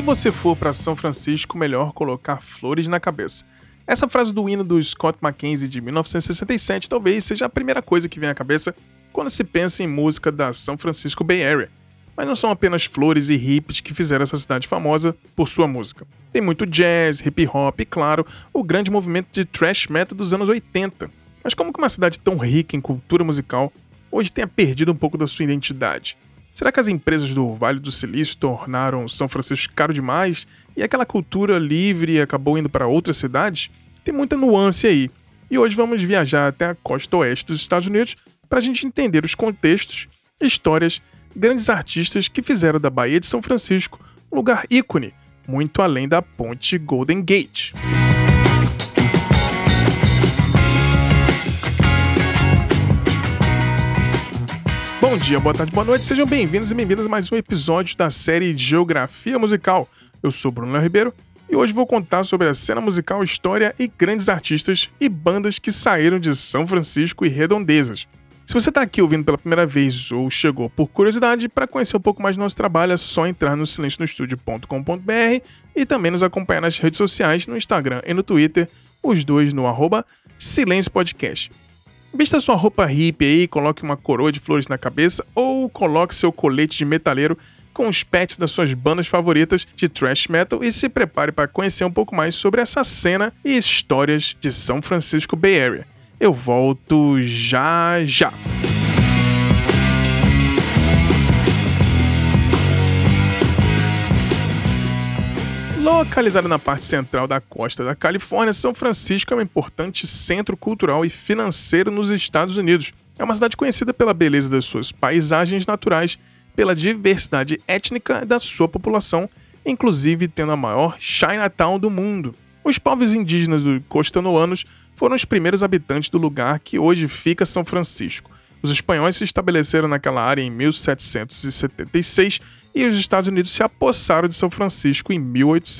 você for para São Francisco, melhor colocar flores na cabeça. Essa frase do hino do Scott McKenzie de 1967 talvez seja a primeira coisa que vem à cabeça quando se pensa em música da São Francisco Bay Area. Mas não são apenas flores e hippies que fizeram essa cidade famosa por sua música. Tem muito jazz, hip hop e, claro, o grande movimento de thrash metal dos anos 80. Mas como que uma cidade tão rica em cultura musical hoje tenha perdido um pouco da sua identidade? Será que as empresas do Vale do Silício tornaram São Francisco caro demais e aquela cultura livre acabou indo para outras cidades? Tem muita nuance aí. E hoje vamos viajar até a costa oeste dos Estados Unidos para a gente entender os contextos, histórias, grandes artistas que fizeram da Baía de São Francisco um lugar ícone, muito além da ponte Golden Gate. Bom dia, boa tarde, boa noite, sejam bem-vindos e bem-vindas a mais um episódio da série Geografia Musical. Eu sou Bruno Léo Ribeiro e hoje vou contar sobre a cena musical, história e grandes artistas e bandas que saíram de São Francisco e redondezas. Se você está aqui ouvindo pela primeira vez ou chegou por curiosidade, para conhecer um pouco mais do nosso trabalho é só entrar no silencionostudio.com.br e também nos acompanhar nas redes sociais, no Instagram e no Twitter, os dois no @SilêncioPodcast. Vista sua roupa hippie aí, coloque uma coroa de flores na cabeça ou coloque seu colete de metaleiro com os pets das suas bandas favoritas de thrash metal e se prepare para conhecer um pouco mais sobre essa cena e histórias de São Francisco Bay Area. Eu volto já. Localizada na parte central da costa da Califórnia, São Francisco é um importante centro cultural e financeiro nos Estados Unidos. É uma cidade conhecida pela beleza das suas paisagens naturais, pela diversidade étnica da sua população, inclusive tendo a maior Chinatown do mundo. Os povos indígenas costanoanos foram os primeiros habitantes do lugar que hoje fica São Francisco. Os espanhóis se estabeleceram naquela área em 1776 e os Estados Unidos se apossaram de São Francisco em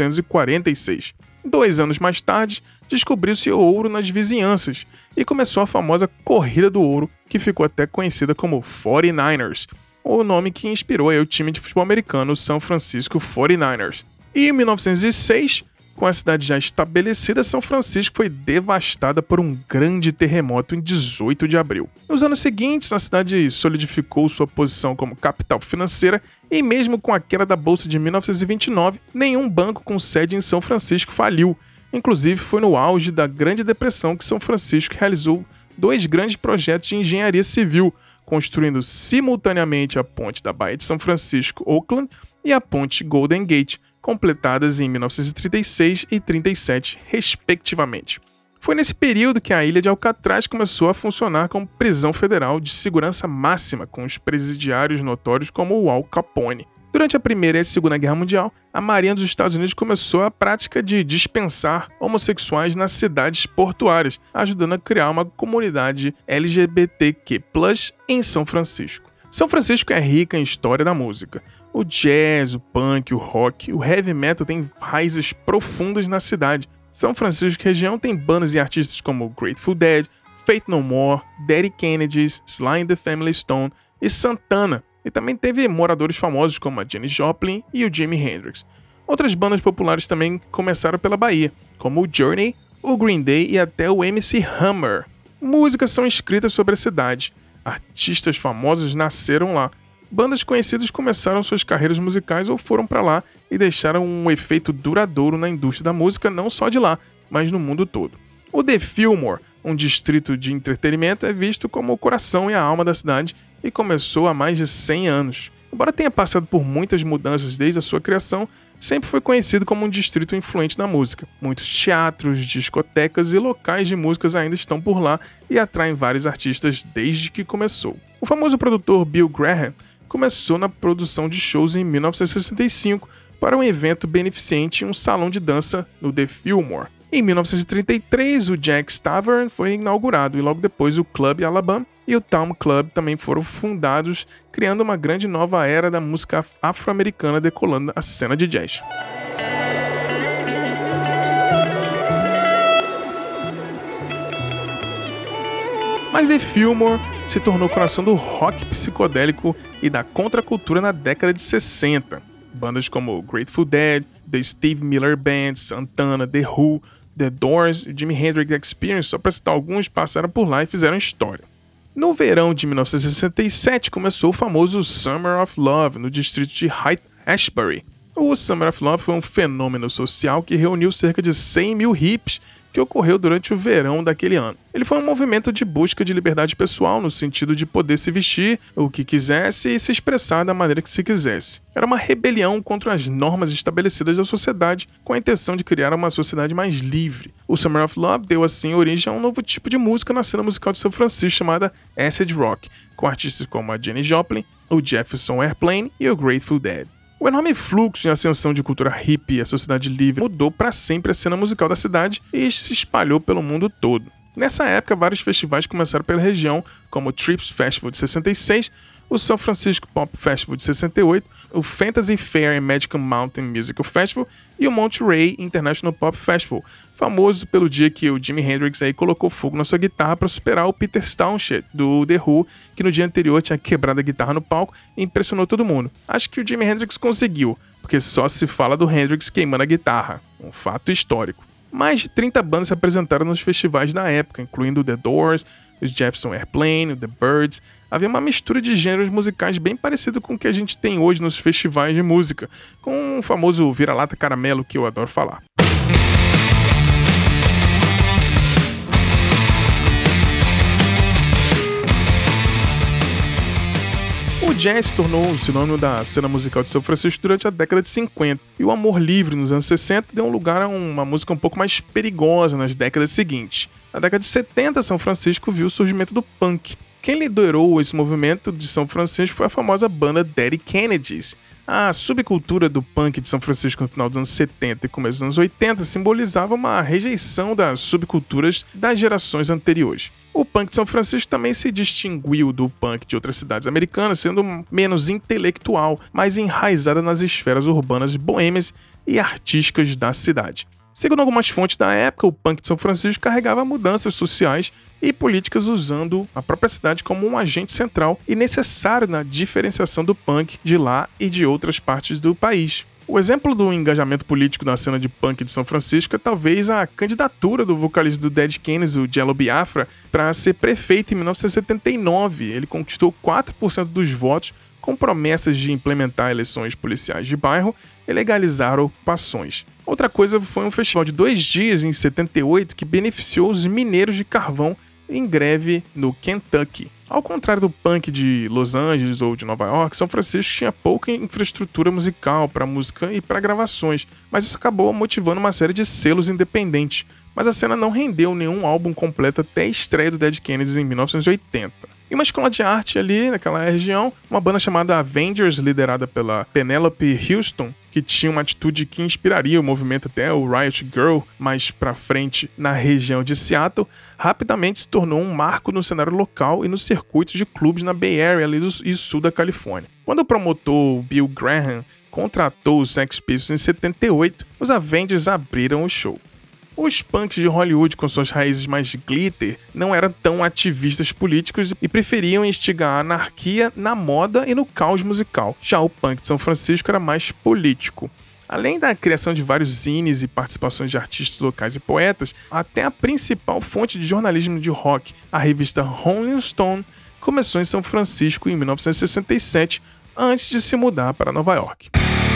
1846. 2 anos mais tarde, descobriu-se ouro nas vizinhanças e começou a famosa Corrida do Ouro, que ficou até conhecida como 49ers, o nome que inspirou o time de futebol americano São Francisco 49ers. E em 1906, com a cidade já estabelecida, São Francisco foi devastada por um grande terremoto em 18 de abril. Nos anos seguintes, a cidade solidificou sua posição como capital financeira e mesmo com a queda da Bolsa de 1929, nenhum banco com sede em São Francisco faliu. Inclusive, foi no auge da Grande Depressão que São Francisco realizou 2 grandes projetos de engenharia civil, construindo simultaneamente a ponte da Baía de São Francisco, Oakland, e a ponte Golden Gate, completadas em 1936 e 37, respectivamente. Foi nesse período que a ilha de Alcatraz começou a funcionar como prisão federal de segurança máxima, com os presidiários notórios como o Al Capone. Durante a Primeira e a Segunda Guerra Mundial, a Marinha dos Estados Unidos começou a prática de dispensar homossexuais nas cidades portuárias, ajudando a criar uma comunidade LGBTQ+, em São Francisco. São Francisco é rica em história da música. O jazz, o punk, o rock, o heavy metal têm raízes profundas na cidade. São Francisco região tem bandas e artistas como Grateful Dead, Faith No More, Dead Kennedys, Sly and the Family Stone e Santana. E também teve moradores famosos como a Janis Joplin e o Jimi Hendrix. Outras bandas populares também começaram pela Bahia, como o Journey, o Green Day e até o MC Hammer. Músicas são escritas sobre a cidade. Artistas famosos nasceram lá. Bandas conhecidas começaram suas carreiras musicais ou foram para lá e deixaram um efeito duradouro na indústria da música, não só de lá, mas no mundo todo. O The Fillmore, um distrito de entretenimento, é visto como o coração e a alma da cidade e começou há mais de 100 anos. Embora tenha passado por muitas mudanças desde a sua criação, sempre foi conhecido como um distrito influente na música. Muitos teatros, discotecas e locais de músicas ainda estão por lá e atraem vários artistas desde que começou. O famoso produtor Bill Graham começou na produção de shows em 1965 para um evento beneficente em um salão de dança no The Fillmore. Em 1933, o Jack's Tavern foi inaugurado e logo depois o Club Alabama e o Town Club também foram fundados, criando uma grande nova era da música afro-americana decolando a cena de jazz. Mas The Fillmore se tornou o coração do rock psicodélico e da contracultura na década de 60. Bandas como Grateful Dead, The Steve Miller Band, Santana, The Who, The Doors e Jimi Hendrix Experience, só para citar alguns, passaram por lá e fizeram história. No verão de 1967 começou o famoso Summer of Love, no distrito de Haight-Ashbury. O Summer of Love foi um fenômeno social que reuniu cerca de 100 mil hippies que ocorreu durante o verão daquele ano. Ele foi um movimento de busca de liberdade pessoal, no sentido de poder se vestir o que quisesse e se expressar da maneira que se quisesse. Era uma rebelião contra as normas estabelecidas da sociedade, com a intenção de criar uma sociedade mais livre. O Summer of Love deu assim origem a um novo tipo de música na cena musical de São Francisco chamada acid rock, com artistas como a Janis Joplin, o Jefferson Airplane e o Grateful Dead. O enorme fluxo e ascensão de cultura hippie e a sociedade livre mudou para sempre a cena musical da cidade e se espalhou pelo mundo todo. Nessa época, vários festivais começaram pela região, como o Trips Festival de 66, o São Francisco Pop Festival de 68, o Fantasy Fair and Magic Mountain Musical Festival e o Monterey International Pop Festival, famoso pelo dia que o Jimi Hendrix aí colocou fogo na sua guitarra para superar o Peter Townshend do The Who, que no dia anterior tinha quebrado a guitarra no palco e impressionou todo mundo. Acho que o Jimi Hendrix conseguiu, porque só se fala do Hendrix queimando a guitarra, um fato histórico. Mais de 30 bandas se apresentaram nos festivais da época, incluindo The Doors, os Jefferson Airplane, The Byrds. Havia uma mistura de gêneros musicais bem parecido com o que a gente tem hoje nos festivais de música, com o famoso vira-lata caramelo que eu adoro falar. O jazz se tornou um sinônimo da cena musical de São Francisco durante a década de 50, e o amor livre nos anos 60 deu lugar a uma música um pouco mais perigosa nas décadas seguintes. Na década de 70, São Francisco viu o surgimento do punk. Quem liderou esse movimento de São Francisco foi a famosa banda Dead Kennedys. A subcultura do punk de São Francisco no final dos anos 70 e começo dos anos 80 simbolizava uma rejeição das subculturas das gerações anteriores. O punk de São Francisco também se distinguiu do punk de outras cidades americanas, sendo menos intelectual, mais enraizada nas esferas urbanas boêmias e artísticas da cidade. Segundo algumas fontes da época, o punk de São Francisco carregava mudanças sociais e políticas usando a própria cidade como um agente central e necessário na diferenciação do punk de lá e de outras partes do país. O exemplo do engajamento político na cena de punk de São Francisco é talvez a candidatura do vocalista do Dead Kennedys, o Jello Biafra, para ser prefeito em 1979. Ele conquistou 4% dos votos, com promessas de implementar eleições policiais de bairro e legalizar ocupações. Outra coisa foi um festival de 2 dias em 78 que beneficiou os mineiros de carvão em greve no Kentucky. Ao contrário do punk de Los Angeles ou de Nova York, São Francisco tinha pouca infraestrutura musical para música e para gravações, mas isso acabou motivando uma série de selos independentes. Mas a cena não rendeu nenhum álbum completo até a estreia do Dead Kennedys em 1980. Em uma escola de arte ali naquela região, uma banda chamada Avengers, liderada pela Penelope Houston, que tinha uma atitude que inspiraria o movimento até o Riot Girl mais pra frente na região de Seattle, rapidamente se tornou um marco no cenário local e nos circuitos de clubes na Bay Area ali e sul da Califórnia. Quando o promotor Bill Graham contratou os Sex Pistols em 78, os Avengers abriram o show. Os punks de Hollywood, com suas raízes mais glitter, não eram tão ativistas políticos e preferiam instigar a anarquia na moda e no caos musical. Já o punk de São Francisco era mais político. Além da criação de vários zines e participações de artistas locais e poetas, até a principal fonte de jornalismo de rock, a revista Rolling Stone, começou em São Francisco em 1967, antes de se mudar para Nova York.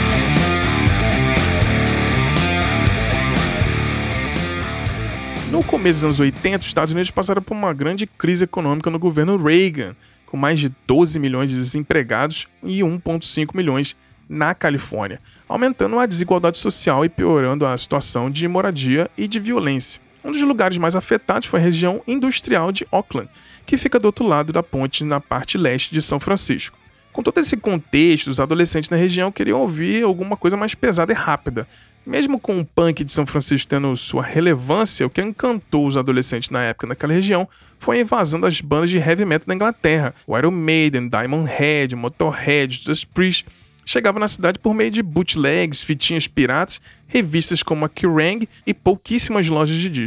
No começo dos anos 80, os Estados Unidos passaram por uma grande crise econômica no governo Reagan, com mais de 12 milhões de desempregados e 1,5 milhões na Califórnia, aumentando a desigualdade social e piorando a situação de moradia e de violência. Um dos lugares mais afetados foi a região industrial de Oakland, que fica do outro lado da ponte na parte leste de São Francisco. Com todo esse contexto, os adolescentes na região queriam ouvir alguma coisa mais pesada e rápida. Mesmo com o punk de São Francisco tendo sua relevância, o que encantou os adolescentes na época naquela região foi a invasão das bandas de heavy metal da Inglaterra. O Iron Maiden, Diamond Head, Motorhead, Judas Priest chegavam na cidade por meio de bootlegs, fitinhas piratas, revistas como a Kerrang e pouquíssimas lojas de disco.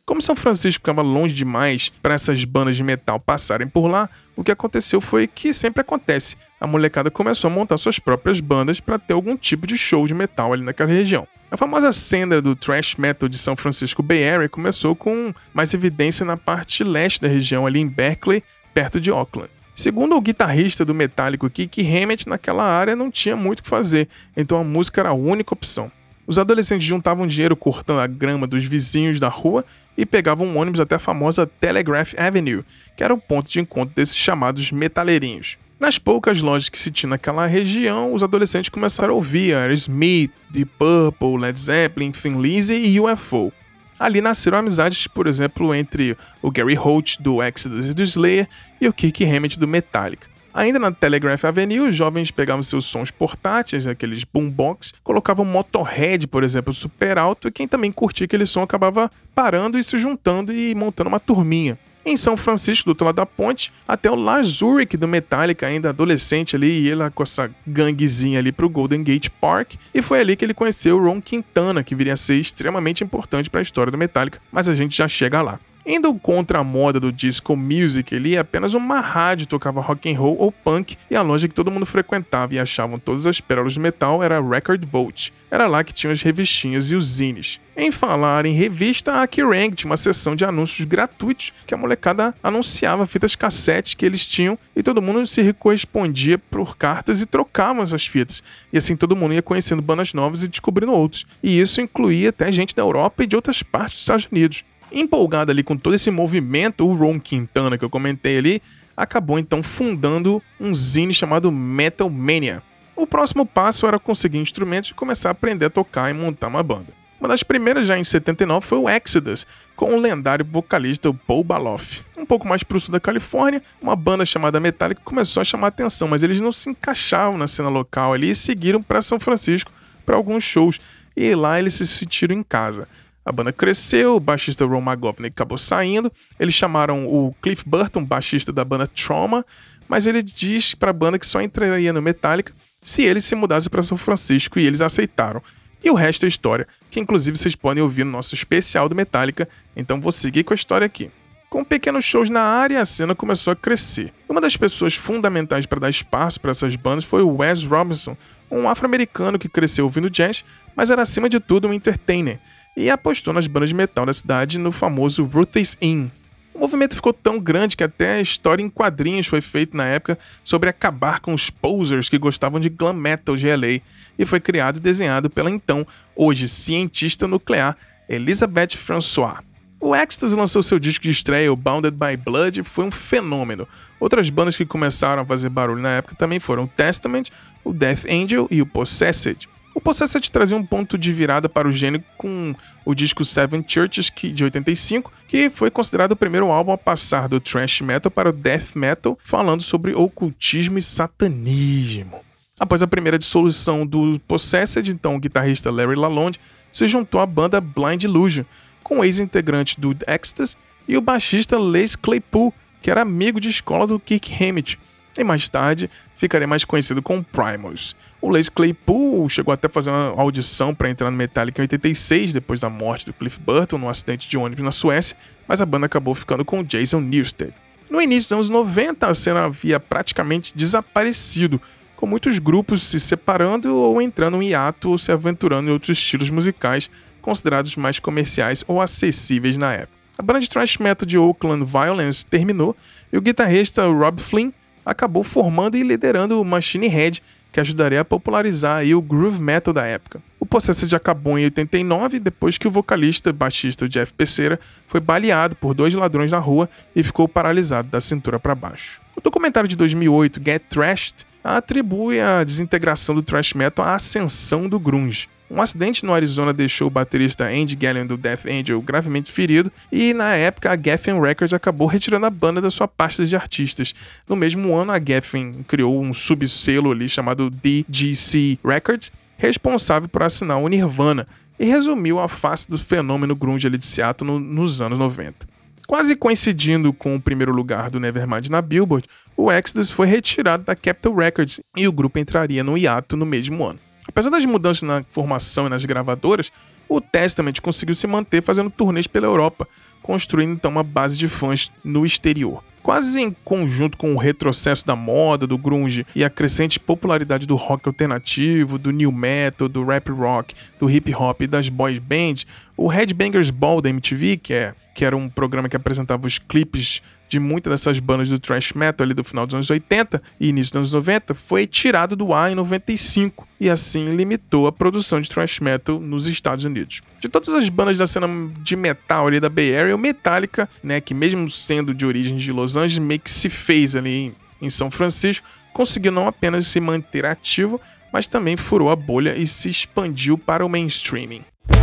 Como São Francisco ficava longe demais para essas bandas de metal passarem por lá, o que aconteceu foi que sempre acontece. A molecada começou a montar suas próprias bandas para ter algum tipo de show de metal ali naquela região. A famosa cena do thrash metal de São Francisco Bay Area começou com mais evidência na parte leste da região, ali em Berkeley, perto de Oakland. Segundo o guitarrista do Metallica, Kirk Hammett, naquela área não tinha muito o que fazer, então a música era a única opção. Os adolescentes juntavam dinheiro cortando a grama dos vizinhos da rua e pegavam um ônibus até a famosa Telegraph Avenue, que era o ponto de encontro desses chamados metaleirinhos. Nas poucas lojas que se tinha naquela região, os adolescentes começaram a ouvir Aerosmith, Deep Purple, Led Zeppelin, Thin Lizzy e UFO. Ali nasceram amizades, por exemplo, entre o Gary Holt do Exodus e do Slayer e o Kirk Hammett do Metallica. Ainda na Telegraph Avenue, os jovens pegavam seus sons portáteis, aqueles boombox, colocavam Motorhead, por exemplo, super alto, e quem também curtia aquele som acabava parando e se juntando e montando uma turminha. Em São Francisco, do outro lado da ponte, até o Lars Ulrich do Metallica, ainda adolescente ali, ia lá com essa ganguezinha ali pro Golden Gate Park, e foi ali que ele conheceu o Ron Quintana, que viria a ser extremamente importante para a história do Metallica, mas a gente já chega lá. Indo contra a moda do disco music, ele apenas uma rádio tocava rock and roll ou punk, e a loja que todo mundo frequentava e achavam todas as pérolas de metal era a Record Vault. Era lá que tinham as revistinhas e os zines. Em falar em revista, a Kerrang tinha uma seção de anúncios gratuitos que a molecada anunciava fitas cassete que eles tinham e todo mundo se correspondia por cartas e trocavam essas fitas. E assim todo mundo ia conhecendo bandas novas e descobrindo outros. E isso incluía até gente da Europa e de outras partes dos Estados Unidos. Empolgado ali com todo esse movimento, o Ron Quintana, que eu comentei ali, acabou então fundando um zine chamado Metal Mania. O próximo passo era conseguir instrumentos e começar a aprender a tocar e montar uma banda. Uma das primeiras, já em 79, foi o Exodus, com o lendário vocalista Paul Baloff. Um pouco mais pro sul da Califórnia, uma banda chamada Metallica começou a chamar a atenção, mas eles não se encaixavam na cena local ali e seguiram para São Francisco para alguns shows, e lá eles se sentiram em casa. A banda cresceu, o baixista Ron McGovney acabou saindo, eles chamaram o Cliff Burton, baixista da banda Trauma, mas ele diz para a banda que só entraria no Metallica se ele se mudasse para São Francisco e eles aceitaram. E o resto é história, que inclusive vocês podem ouvir no nosso especial do Metallica, então vou seguir com a história aqui. Com pequenos shows na área, a cena começou a crescer. Uma das pessoas fundamentais para dar espaço para essas bandas foi o Wes Robinson, um afro-americano que cresceu ouvindo jazz, mas era acima de tudo um entertainer, e apostou nas bandas de metal da cidade no famoso Ruthless Inn. O movimento ficou tão grande que até a história em quadrinhos foi feita na época sobre acabar com os posers que gostavam de glam metal de LA, e foi criado e desenhado pela então, hoje cientista nuclear, Elisabeth François. O Exodus lançou seu disco de estreia, o Bounded by Blood, e foi um fenômeno. Outras bandas que começaram a fazer barulho na época também foram o Testament, o Death Angel e o Possessed. O Possessed trazia um ponto de virada para o gênero com o disco Seven Churches, de 85, que foi considerado o primeiro álbum a passar do thrash metal para o death metal, falando sobre ocultismo e satanismo. Após a primeira dissolução do Possessed, então o guitarrista Larry Lalonde se juntou à banda Blind Illusion, com o ex-integrante do Exodus e o baixista Les Claypool, que era amigo de escola do Kirk Hammett, e mais tarde ficaria mais conhecido como Primus. O Les Claypool chegou até a fazer uma audição para entrar no Metallica em 86, depois da morte do Cliff Burton num acidente de ônibus na Suécia, mas a banda acabou ficando com Jason Newsted. No início dos anos 90, a cena havia praticamente desaparecido, com muitos grupos se separando ou entrando em hiato ou se aventurando em outros estilos musicais considerados mais comerciais ou acessíveis na época. A banda de thrash metal de Oakland Violence terminou e o guitarrista Rob Flynn acabou formando e liderando o Machine Head, que ajudaria a popularizar aí o groove metal da época. O Possessed acabou em 89, depois que o vocalista baixista Jeff Becerra foi baleado por 2 ladrões na rua e ficou paralisado da cintura para baixo. O documentário de 2008, Get Thrashed, atribui a desintegração do thrash metal à ascensão do grunge. Um acidente no Arizona deixou o baterista Andy Gallion do Death Angel gravemente ferido e, na época, a Geffen Records acabou retirando a banda da sua pasta de artistas. No mesmo ano, a Geffen criou um subselo ali chamado DGC Records, responsável por assinar o Nirvana, e resumiu a face do fenômeno grunge ali de Seattle nos anos 90. Quase coincidindo com o primeiro lugar do Nevermind na Billboard, o Exodus foi retirado da Capitol Records e o grupo entraria no hiato no mesmo ano. Apesar das mudanças na formação e nas gravadoras, o Testament conseguiu se manter fazendo turnês pela Europa, construindo então uma base de fãs no exterior. Quase em conjunto com o retrocesso da moda, do grunge e a crescente popularidade do rock alternativo, do new metal, do rap rock, do hip hop e das boy bands, o Headbangers Ball da MTV, que era um programa que apresentava os clipes de muitas dessas bandas do thrash metal ali do final dos anos 80 e início dos anos 90, foi tirado do ar em 95 e assim limitou a produção de thrash metal nos Estados Unidos. De todas as bandas da cena de metal ali da Bay Area, o Metallica, que mesmo sendo de origens de Los Angeles, meio que se fez ali em São Francisco, conseguiu não apenas se manter ativo, mas também furou a bolha e se expandiu para o mainstreaming.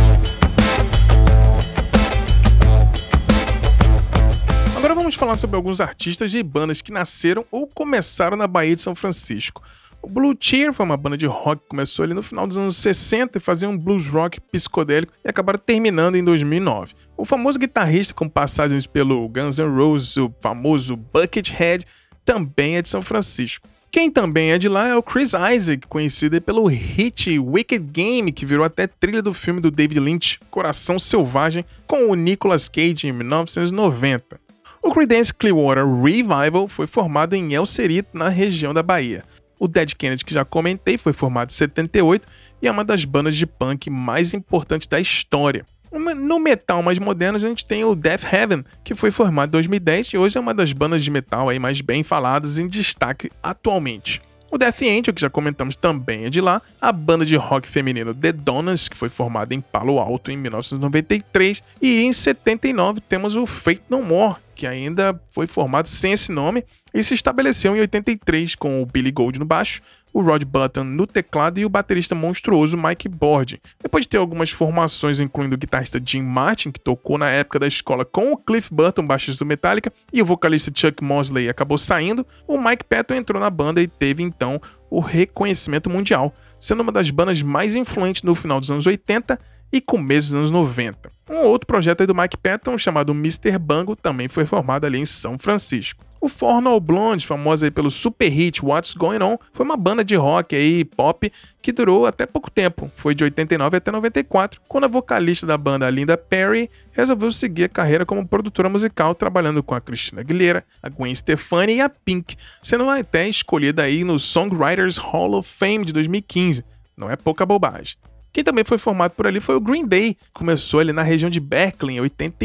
Agora vamos falar sobre alguns artistas e bandas que nasceram ou começaram na Baía de São Francisco. O Blue Cheer foi uma banda de rock que começou ali no final dos anos 60 e fazia um blues rock psicodélico e acabaram terminando em 2009. O famoso guitarrista com passagens pelo Guns N' Roses, o famoso Buckethead, também é de São Francisco. Quem também é de lá é o Chris Isaak, conhecido pelo hit Wicked Game, que virou até trilha do filme do David Lynch, Coração Selvagem, com o Nicolas Cage em 1990. O Creedence Clearwater Revival foi formado em El Cerrito, na região da Bahia. O Dead Kennedy, que já comentei, foi formado em 78 e é uma das bandas de punk mais importantes da história. No metal mais moderno, a gente tem o Death Heaven, que foi formado em 2010 e hoje é uma das bandas de metal aí mais bem faladas em destaque atualmente. O Death Angel, que já comentamos, também é de lá. A banda de rock feminino The Donnas, que foi formada em Palo Alto em 1993. E em 79 temos o Faith No More, que ainda foi formado sem esse nome e se estabeleceu em 83 com o Billy Gould no baixo, o Rod Button no teclado e o baterista monstruoso Mike Bordin. Depois de ter algumas formações, incluindo o guitarrista Jim Martin, que tocou na época da escola com o Cliff Burton, baixista do Metallica, e o vocalista Chuck Mosley acabou saindo, o Mike Patton entrou na banda e teve então o reconhecimento mundial, sendo uma das bandas mais influentes no final dos anos 80 e começo dos anos 90. Um outro projeto aí do Mike Patton, chamado Mr. Bungle, também foi formado ali em São Francisco. O Four No Blondes, famosa aí pelo super hit What's Going On, foi uma banda de rock aí, pop, que durou até pouco tempo. Foi de 89 até 94, quando a vocalista da banda, Linda Perry, resolveu seguir a carreira como produtora musical, trabalhando com a Christina Aguilera, a Gwen Stefani e a Pink, sendo até escolhida aí no Songwriters Hall of Fame de 2015. Não é pouca bobagem. Quem também foi formado por ali foi o Green Day, começou ali na região de Berkeley em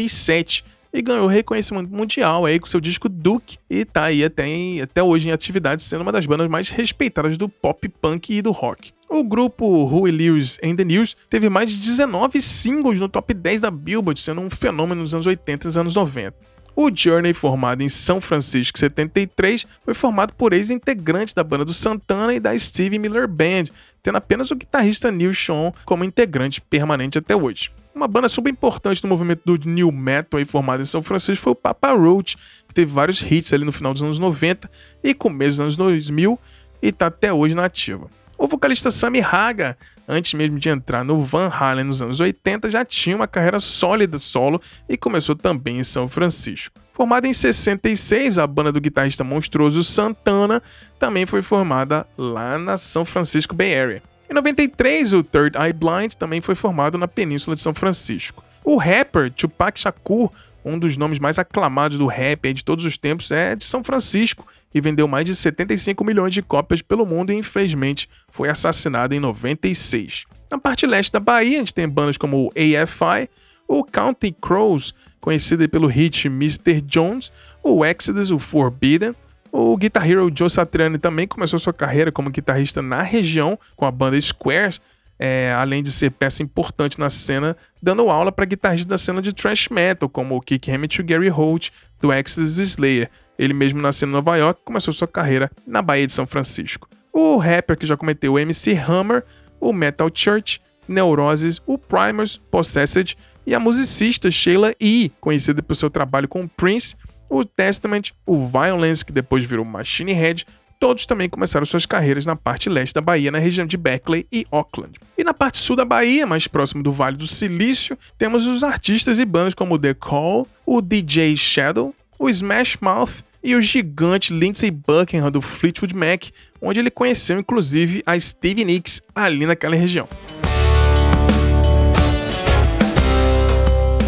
87 e ganhou reconhecimento mundial aí com seu disco Duke e tá aí até hoje em atividade, sendo uma das bandas mais respeitadas do pop punk e do rock. O grupo Huey Lewis and the News teve mais de 19 singles no top 10 da Billboard, sendo um fenômeno nos anos 80 e nos anos 90. O Journey, formado em São Francisco em 73, foi formado por ex-integrantes da banda do Santana e da Stevie Miller Band, tendo apenas o guitarrista Neil Schon como integrante permanente até hoje. Uma banda super importante no movimento do new metal aí formada em São Francisco foi o Papa Roach, que teve vários hits ali no final dos anos 90 e começo dos anos 2000 e está até hoje na ativa. O vocalista Sammy Hagar, antes mesmo de entrar no Van Halen nos anos 80, já tinha uma carreira sólida solo e começou também em São Francisco. Formada em 66, a banda do guitarrista monstruoso Santana também foi formada lá na São Francisco Bay Area. Em 93, o Third Eye Blind também foi formado na Península de São Francisco. O rapper Tupac Shakur, um dos nomes mais aclamados do rap de todos os tempos, é de São Francisco e vendeu mais de 75 milhões de cópias pelo mundo e infelizmente foi assassinado em 96. Na parte leste da Bahia, a gente tem bandas como o AFI, o Counting Crows, conhecido pelo hit Mr. Jones, o Exodus, o Forbidden. O Guitar Hero Joe Satriani também começou sua carreira como guitarrista na região com a banda Squares, além de ser peça importante na cena, dando aula para guitarristas da cena de thrash metal, como o Kirk Hammett e o Gary Holt, do Exodus e Slayer. Ele mesmo nasceu em Nova York e começou sua carreira na Baía de São Francisco. O rapper que já cometeu o MC Hammer, o Metal Church, Neurosis, o Primers, Possessed e a musicista Sheila E., conhecida por seu trabalho com Prince, o Testament, o Violence, que depois virou Machine Head, todos também começaram suas carreiras na parte leste da Bahia, na região de Berkeley e Auckland. E na parte sul da Bahia, mais próximo do Vale do Silício, temos os artistas e bandas como o The Call, o DJ Shadow, o Smash Mouth e o gigante Lindsey Buckingham do Fleetwood Mac, onde ele conheceu inclusive a Stevie Nicks ali naquela região.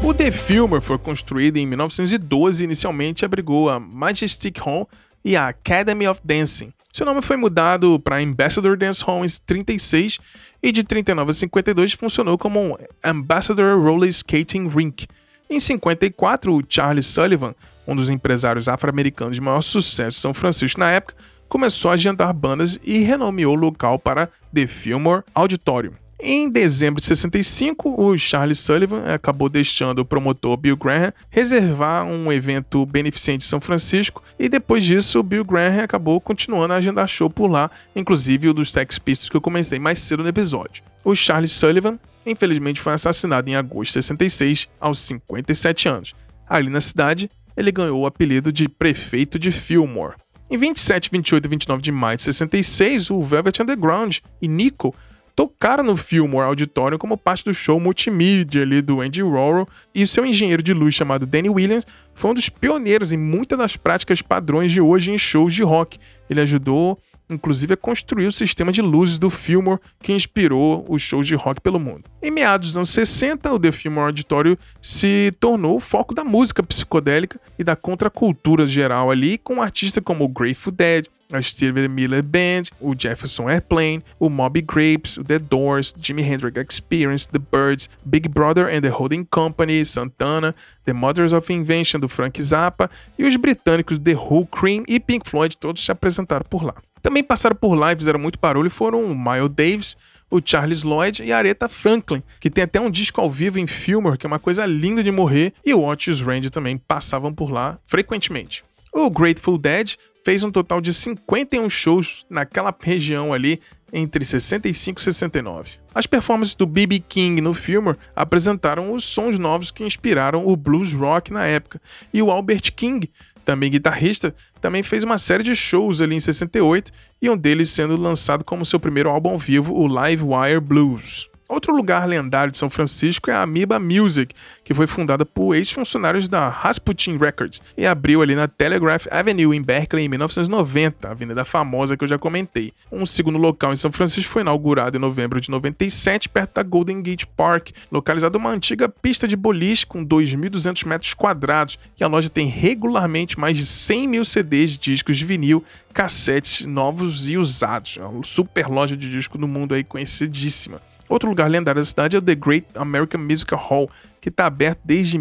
O The Fillmore foi construído em 1912 e inicialmente abrigou a Majestic Hall e a Academy of Dancing. Seu nome foi mudado para Ambassador Dance Hall em 36 e de 39 a 52 funcionou como um Ambassador Roller Skating Rink. Em 54, o Charles Sullivan, um dos empresários afro-americanos de maior sucesso de São Francisco na época, começou a agendar bandas e renomeou o local para The Fillmore Auditorium. Em dezembro de 65, o Charles Sullivan acabou deixando o promotor Bill Graham reservar um evento beneficente em São Francisco e depois disso o Bill Graham acabou continuando a agendar show por lá, inclusive o dos Sex Pistols que eu comecei mais cedo no episódio. O Charles Sullivan, infelizmente, foi assassinado em agosto de 66, aos 57 anos. Ali na cidade, ele ganhou o apelido de Prefeito de Fillmore. Em 27, 28 e 29 de maio de 66, o Velvet Underground e Nico tocaram no Fillmore Auditorium como parte do show multimídia ali do Andy Warhol, e o seu engenheiro de luz chamado Danny Williams foi um dos pioneiros em muitas das práticas padrões de hoje em shows de rock. Ele ajudou, inclusive, a construir o sistema de luzes do Fillmore que inspirou os shows de rock pelo mundo. Em meados dos anos 60, o The Fillmore Auditorium se tornou o foco da música psicodélica e da contracultura geral ali, com artistas como o Grateful Dead, a Stevie Miller Band, o Jefferson Airplane, o Moby Grapes, o The Doors, Jimi Hendrix Experience, The Byrds, Big Brother and the Holding Company, Santana, The Mothers of Invention do Frank Zappa e os britânicos The Who, Cream e Pink Floyd, todos se apresentaram por lá. Também passaram por lá e fizeram muito barulho foram o Miles Davis, o Charles Lloyd e a Aretha Franklin, que tem até um disco ao vivo em Fillmore, que é uma coisa linda de morrer, e o Otis Redding também passavam por lá frequentemente. O Grateful Dead fez um total de 51 shows naquela região ali entre 65 e 69. As performances do B.B. King no Fillmore apresentaram os sons novos que inspiraram o blues rock na época, e o Albert King, também guitarrista, também fez uma série de shows ali em 68, e um deles sendo lançado como seu primeiro álbum ao vivo, o Live Wire Blues. Outro lugar lendário de São Francisco é a Amoeba Music, que foi fundada por ex-funcionários da Rasputin Records e abriu ali na Telegraph Avenue em Berkeley em 1990, a avenida famosa que eu já comentei. Um segundo local em São Francisco foi inaugurado em novembro de 97, perto da Golden Gate Park, localizado uma antiga pista de boliche com 2.200 metros quadrados, e a loja tem regularmente mais de 100 mil CDs, discos de vinil, cassetes novos e usados. É uma super loja de disco do mundo aí conhecidíssima. Outro lugar lendário da cidade é o The Great American Music Hall, que está aberto desde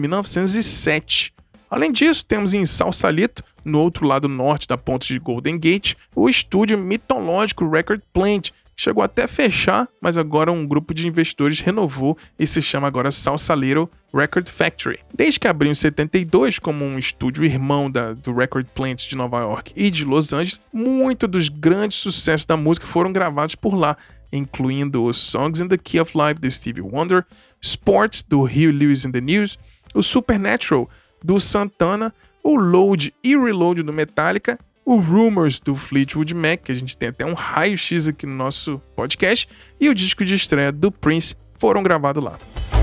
1907. Além disso, temos em Sausalito, no outro lado norte da ponte de Golden Gate, o estúdio mitológico Record Plant, que chegou até a fechar, mas agora um grupo de investidores renovou e se chama agora Sausalito Record Factory. Desde que abriu em 72 como um estúdio irmão do Record Plant de Nova York e de Los Angeles, muitos dos grandes sucessos da música foram gravados por lá, incluindo os Songs in the Key of Life, de Stevie Wonder, Sports, do Huey Lewis and the News, o Supernatural, do Santana, o Load e Reload, do Metallica, o Rumors, do Fleetwood Mac, que a gente tem até um raio-x aqui no nosso podcast, e o disco de estreia do Prince foram gravados lá.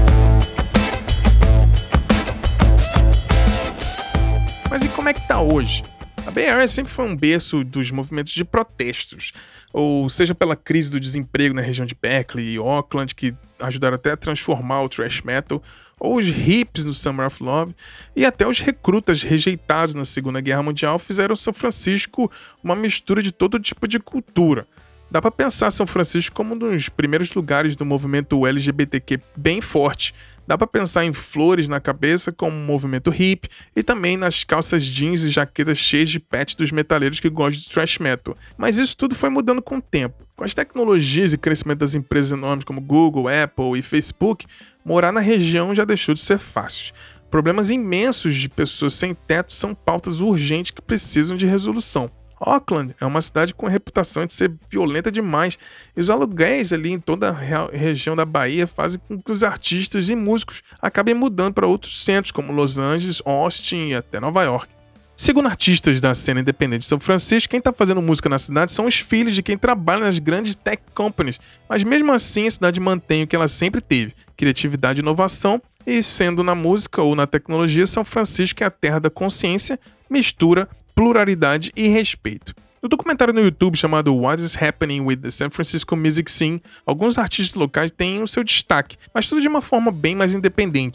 Mas e como é que tá hoje? A Bay Area sempre foi um berço dos movimentos de protestos, ou seja pela crise do desemprego na região de Berkeley e Oakland, que ajudaram até a transformar o thrash metal, ou os hippies no Summer of Love, e até os recrutas rejeitados na Segunda Guerra Mundial fizeram São Francisco uma mistura de todo tipo de cultura. Dá para pensar São Francisco como um dos primeiros lugares do movimento LGBTQ bem forte. Dá para pensar em flores na cabeça como um movimento hippie e também nas calças jeans e jaquetas cheias de patch dos metaleiros que gostam de thrash metal. Mas isso tudo foi mudando com o tempo. Com as tecnologias e crescimento das empresas enormes como Google, Apple e Facebook, morar na região já deixou de ser fácil. Problemas imensos de pessoas sem teto são pautas urgentes que precisam de resolução. Oakland é uma cidade com a reputação de ser violenta demais, e os aluguéis ali em toda a região da Bahia fazem com que os artistas e músicos acabem mudando para outros centros como Los Angeles, Austin e até Nova York. Segundo artistas da cena independente de São Francisco, quem está fazendo música na cidade são os filhos de quem trabalha nas grandes tech companies, mas mesmo assim a cidade mantém o que ela sempre teve, criatividade e inovação, e sendo na música ou na tecnologia, São Francisco é a terra da consciência, mistura, pluralidade e respeito. No documentário no YouTube chamado What is Happening with the San Francisco Music Scene, alguns artistas locais têm o seu destaque, mas tudo de uma forma bem mais independente,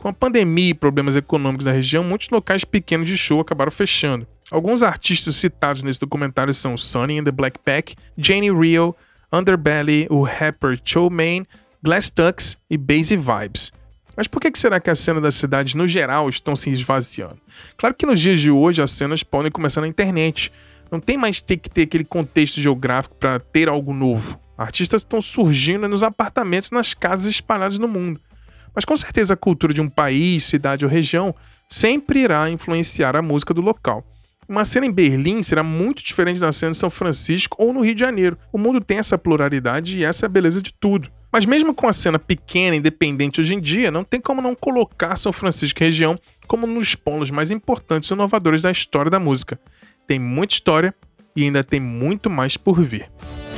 Com a pandemia e problemas econômicos da região, muitos locais pequenos de show acabaram fechando. Alguns artistas citados nesse documentário são Sonny and the Black Pack, Janie Real, Underbelly, o rapper Cho Man, Glass Tux e Basie Vibes. Mas por que será que as cenas das cidades no geral estão se esvaziando? Claro que nos dias de hoje as cenas podem começar na internet. Não tem mais que ter aquele contexto geográfico para ter algo novo. Artistas estão surgindo nos apartamentos, nas casas espalhadas no mundo. Mas com certeza a cultura de um país, cidade ou região sempre irá influenciar a música do local. Uma cena em Berlim será muito diferente da cena de São Francisco ou no Rio de Janeiro. O mundo tem essa pluralidade e essa é a beleza de tudo. Mas mesmo com a cena pequena e independente hoje em dia, não tem como não colocar São Francisco e região como um dos polos mais importantes e inovadores da história da música. Tem muita história e ainda tem muito mais por vir.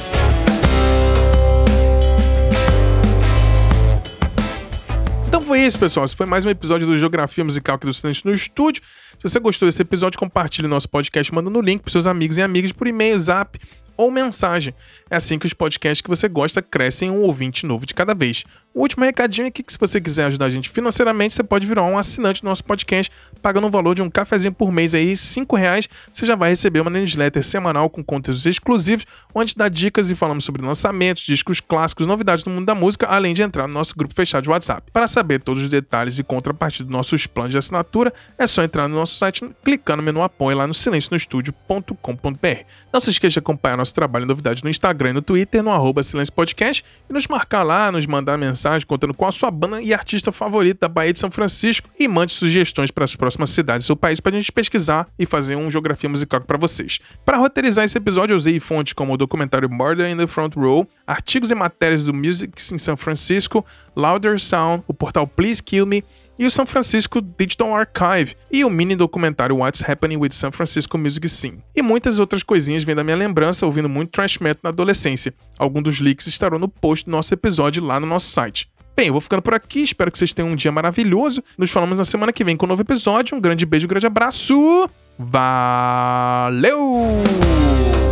Então foi isso, pessoal. Esse foi mais um episódio do Geografia Musical aqui do Silêncio no Estúdio. Se você gostou desse episódio, compartilhe nosso podcast mandando o link para seus amigos e amigas por e-mail, zap ou mensagem. É assim que os podcasts que você gosta crescem um ouvinte novo de cada vez. O último recadinho é que se você quiser ajudar a gente financeiramente, você pode virar um assinante do nosso podcast, pagando um valor de um cafezinho por mês aí, R$5, você já vai receber uma newsletter semanal com conteúdos exclusivos, onde dá dicas e falamos sobre lançamentos, discos clássicos, novidades do mundo da música, além de entrar no nosso grupo fechado de WhatsApp. Para saber todos os detalhes e contrapartida dos nossos planos de assinatura, é só entrar no nosso site, clicando no menu Apoio lá no silencionostudio.com.br. Não se esqueça de acompanhar nosso trabalho e novidades no Instagram e no Twitter, no @silencio_podcast, e nos marcar lá, nos mandar mensagem contando qual a sua banda e artista favorito da Baía de São Francisco e mande sugestões para as próximas cidades do país para a gente pesquisar e fazer uma geografia musical para vocês. Para roteirizar esse episódio, eu usei fontes como o documentário Murder in the Front Row, artigos e matérias do Music in San Francisco, Louder Sound, o portal Please Kill Me e o San Francisco Digital Archive e o mini documentário What's Happening with San Francisco Music Scene. E muitas outras coisinhas vêm da minha lembrança ouvindo muito thrash metal na adolescência. Alguns dos links estarão no post do nosso episódio lá no nosso site. Bem, eu vou ficando por aqui, espero que vocês tenham um dia maravilhoso. Nos falamos na semana que vem com um novo episódio. Um grande beijo, um grande abraço. Valeu!